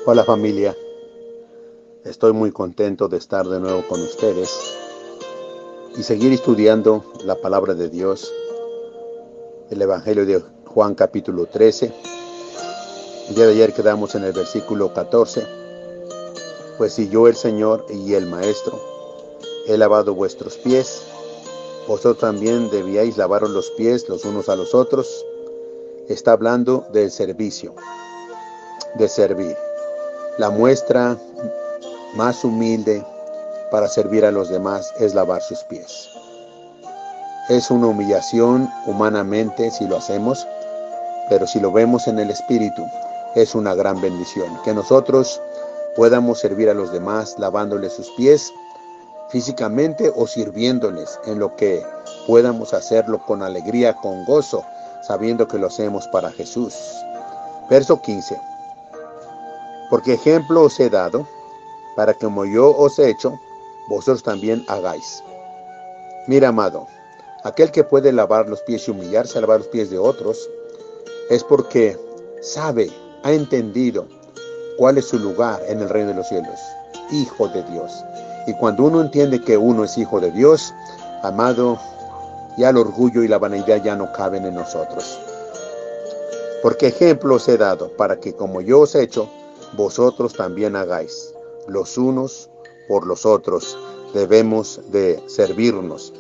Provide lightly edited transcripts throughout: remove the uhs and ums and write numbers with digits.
Hola familia, estoy muy contento de estar de nuevo con ustedes y seguir estudiando la palabra de Dios, el Evangelio de Juan capítulo 13. El día de ayer quedamos en el versículo 14. Pues si yo el Señor y el Maestro he lavado vuestros pies, vosotros también debíais lavaros los pies los unos a los otros. Está hablando del servicio, de servir. La muestra más humilde para servir a los demás es lavar sus pies. Es una humillación humanamente si lo hacemos, pero si lo vemos en el Espíritu, es una gran bendición. Que nosotros podamos servir a los demás lavándoles sus pies físicamente o sirviéndoles en lo que podamos hacerlo con alegría, con gozo, sabiendo que lo hacemos para Jesús. Verso 15. Porque ejemplo os he dado, para que como yo os he hecho, vosotros también hagáis. Mira, amado, aquel que puede lavar los pies y humillarse a lavar los pies de otros, es porque sabe, ha entendido cuál es su lugar en el reino de los cielos, hijo de Dios. Y cuando uno entiende que uno es hijo de Dios, amado, ya el orgullo y la vanidad ya no caben en nosotros. Porque ejemplo os he dado, para que como yo os he hecho, vosotros también hagáis. Los unos por los otros debemos de servirnos.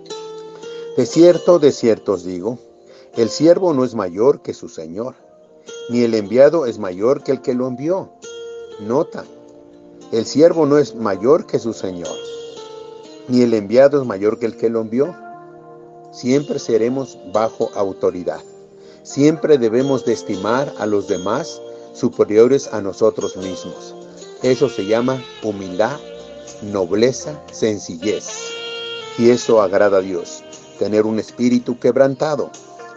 De cierto os digo, el siervo no es mayor que su señor, ni el enviado es mayor que el que lo envió. Nota, el siervo no es mayor que su señor, ni el enviado es mayor que el que lo envió. Siempre seremos bajo autoridad. Siempre debemos de estimar a los demás superiores a nosotros mismos. Eso se llama humildad, nobleza, sencillez. Y eso agrada a Dios, tener un espíritu quebrantado.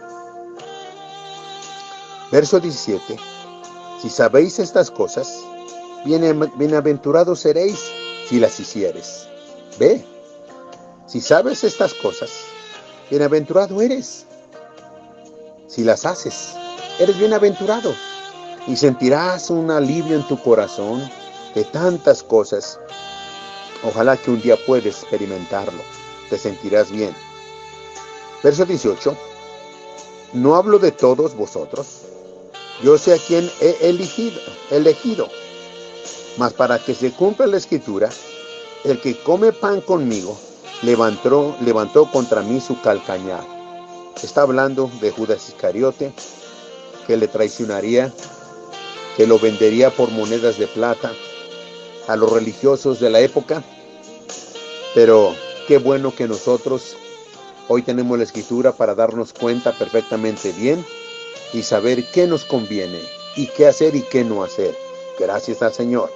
Verso 17. Si sabéis estas cosas, bienaventurados seréis si las hicieres. Ve, si sabes estas cosas, bienaventurado eres. Si las haces, eres bienaventurado. Y sentirás un alivio en tu corazón de tantas cosas. Ojalá que un día puedas experimentarlo. Te sentirás bien. Verso 18. No hablo de todos vosotros. Yo sé a quién he elegido. Mas para que se cumpla la escritura, el que come pan conmigo, levantó contra mí su calcañar. Está hablando de Judas Iscariote, que le traicionaría, que lo vendería por monedas de plata a los religiosos de la época. Pero qué bueno que nosotros hoy tenemos la escritura para darnos cuenta perfectamente bien y saber qué nos conviene y qué hacer y qué no hacer. Gracias al Señor.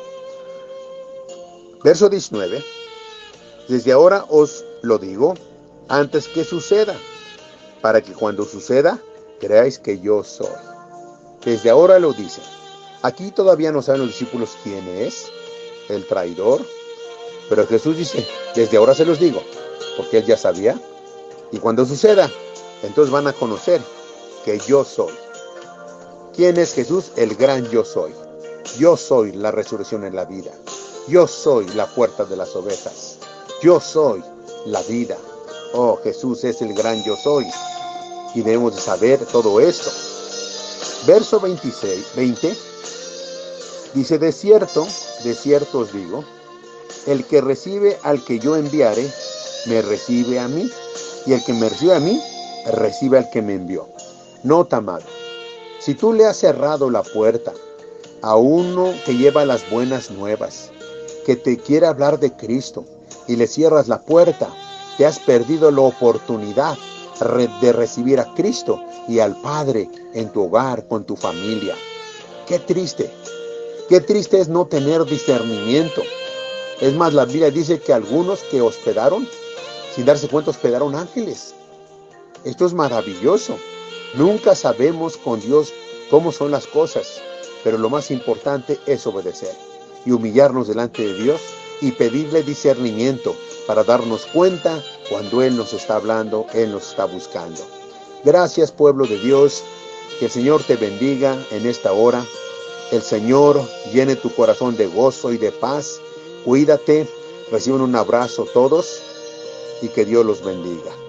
Verso 19. Desde ahora os lo digo antes que suceda, para que cuando suceda creáis que yo soy. Desde ahora lo dice. Aquí todavía no saben los discípulos quién es el traidor, pero Jesús dice, desde ahora se los digo, porque él ya sabía. Y cuando suceda, entonces van a conocer que yo soy. ¿Quién es Jesús? El gran yo soy. Yo soy la resurrección en la vida. Yo soy la puerta de las ovejas. Yo soy la vida. Oh, Jesús es el gran yo soy. Y debemos de saber todo esto. Verso 20. Dice, de cierto os digo, el que recibe al que yo enviare, me recibe a mí. Y el que me recibe a mí, recibe al que me envió. Nota, amado, si tú le has cerrado la puerta a uno que lleva las buenas nuevas, que te quiere hablar de Cristo, y le cierras la puerta, te has perdido la oportunidad de recibir a Cristo y al Padre en tu hogar, con tu familia. Qué triste es no tener discernimiento. Es más, la Biblia dice que algunos que hospedaron, sin darse cuenta, hospedaron ángeles. Esto es maravilloso. Nunca sabemos con Dios cómo son las cosas, pero lo más importante es obedecer y humillarnos delante de Dios y pedirle discernimiento para darnos cuenta cuando Él nos está hablando, Él nos está buscando. Gracias, pueblo de Dios. Que el Señor te bendiga en esta hora. El Señor llene tu corazón de gozo y de paz. Cuídate, reciban un abrazo todos y que Dios los bendiga.